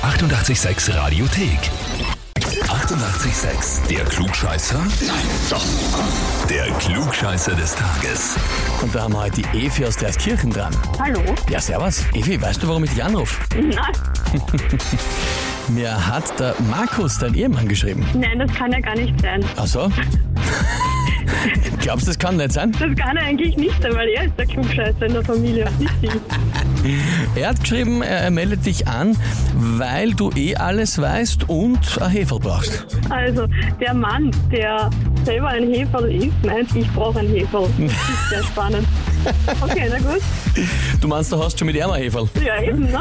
886 Radiothek. 88,6. Der Klugscheißer? Nein, doch. Der Klugscheißer des Tages. Und da haben wir heute die Evi aus Dreiskirchen dran. Hallo? Ja, servus. Evi, weißt du, warum ich dich anrufe? Nein. Mir hat der Markus, dein Ehemann, geschrieben. Nein, das kann ja gar nicht sein. Ach so? Glaubst du, das kann nicht sein? Das kann er eigentlich nicht sein, weil er ist der Klugscheißer in der Familie, nicht sie. Er hat geschrieben, er meldet dich an, weil du alles weißt und ein Heferl brauchst. Also, der Mann, der selber ein Heferl ist, meint, ich brauche ein Heferl. Das ist sehr spannend. Okay, na gut. Du meinst, du hast schon mit ihm ein Heferl? Ja, eben, ne?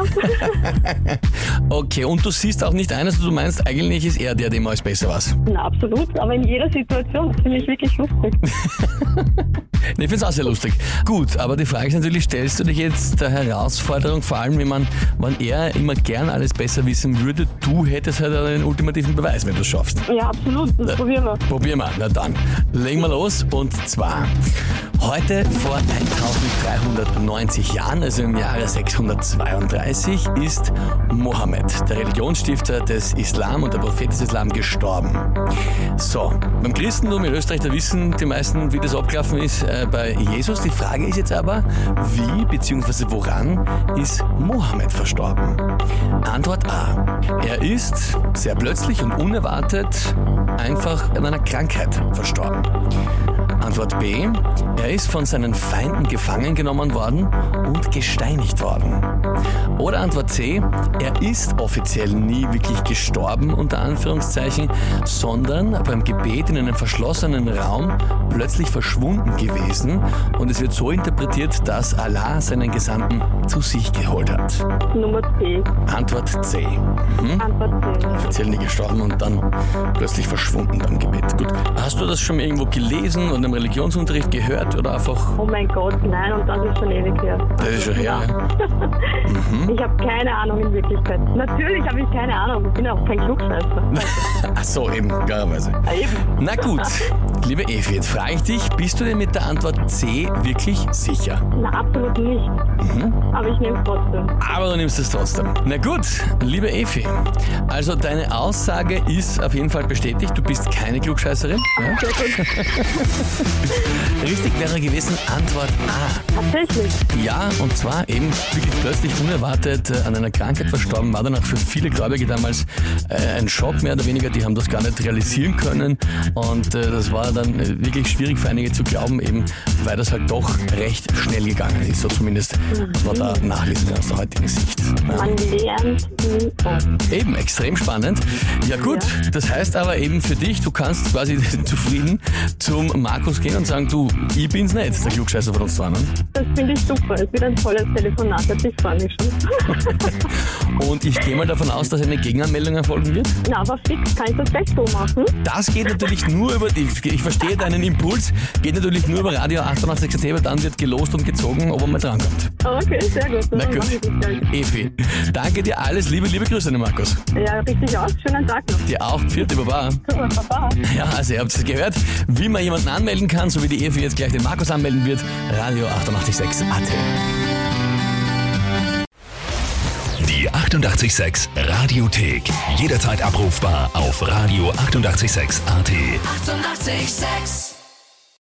Okay, und du siehst auch nicht ein, also du meinst, eigentlich ist er der, dem alles besser weiß. Na, absolut, aber in jeder Situation, das finde ich wirklich lustig. Ich finde es auch sehr lustig. Gut, aber die Frage ist natürlich, stellst du dich jetzt der Herausforderung, vor allem wenn er immer gern alles besser wissen würde, du hättest halt einen ultimativen Beweis, wenn du es schaffst. Ja, absolut, das probieren wir. Probieren wir, na dann. Legen wir los, und zwar heute vor 1390 Jahren, also im Jahre 632, ist Mohammed, der Religionsstifter des Islam und der Prophet des Islam, gestorben. So, beim Christentum in Österreich, da wissen die meisten, wie das abgelaufen ist bei Jesus. Die Frage ist jetzt aber, wie bzw. woran ist Mohammed verstorben? Antwort A. Er ist sehr plötzlich und unerwartet einfach an einer Krankheit verstorben. Antwort B. Er ist von seinen Feinden gefangen genommen worden und gesteinigt worden. Oder Antwort C. Er ist offiziell nie wirklich gestorben, unter Anführungszeichen, sondern beim Gebet in einem verschlossenen Raum plötzlich verschwunden gewesen, und es wird so interpretiert, dass Allah seinen Gesandten zu sich geholt hat. Nummer C. Antwort C. Antwort C. Offiziell nie gestorben und dann plötzlich verschwunden beim Gebet. Gut. Hast du das schon irgendwo gelesen und im Religionsunterricht gehört oder einfach? Oh mein Gott, nein, und das ist schon ewig her. Das ist schon her, ja. Ich habe keine Ahnung in Wirklichkeit. Natürlich habe ich keine Ahnung, ich bin auch kein Klugscheißer. Ach so, eben, klarerweise. Ja, eben. Na gut, liebe Evi, jetzt frage ich dich, bist du denn mit der Antwort C wirklich sicher? Na, absolut nicht. Aber ich nehme es trotzdem. Aber du nimmst es trotzdem. Na gut, liebe Evi, also deine Aussage ist auf jeden Fall bestätigt, du bist keine Klugscheißerin. Ja? Sehr gut. Richtig wäre gewesen Antwort A. Tatsächlich. Ja, und zwar eben wirklich plötzlich unerwartet an einer Krankheit verstorben, war dann auch für viele Gläubige damals ein Schock, mehr oder weniger, die haben das gar nicht realisieren können, und das war dann wirklich schwierig für einige zu glauben, eben weil das halt doch recht schnell gegangen ist, so zumindest, was man da nachlesen kann aus der heutigen Sicht. Ja. Man lernt nie aus. Eben, extrem spannend. Ja gut, das heißt aber eben für dich, du kannst quasi zufrieden zum Markus gehen und sagen, du, ich bin's nicht, der Klugscheißer von uns zwei, ne? Das finde ich super. Es wird ein tolles Telefonat. Ich freue mich schon. Und ich gehe mal davon aus, dass eine Gegenanmeldung erfolgen wird? Na, aber fix, kann ich das gleich so machen? Das geht natürlich nur über, ich verstehe deinen Impuls, geht natürlich nur über Radio 88 September, dann wird gelost und gezogen, ob er mal drankommt. Okay, sehr gut. Na Dann gut, mache ich das gleich. Evi, danke dir alles, liebe Grüße an den Markus. Ja, richtig aus. Schönen Tag noch. Dir auch, Pfiat, Baba. Super, Baba. Ja, also ihr habt es gehört, wie man jemanden anmelden kann, so wie die Evi jetzt gleich den Markus anmelden wird, Radio 88.6 AT. Die 88,6 Radiothek. Jederzeit abrufbar auf Radio 88,6 AT. 88,6.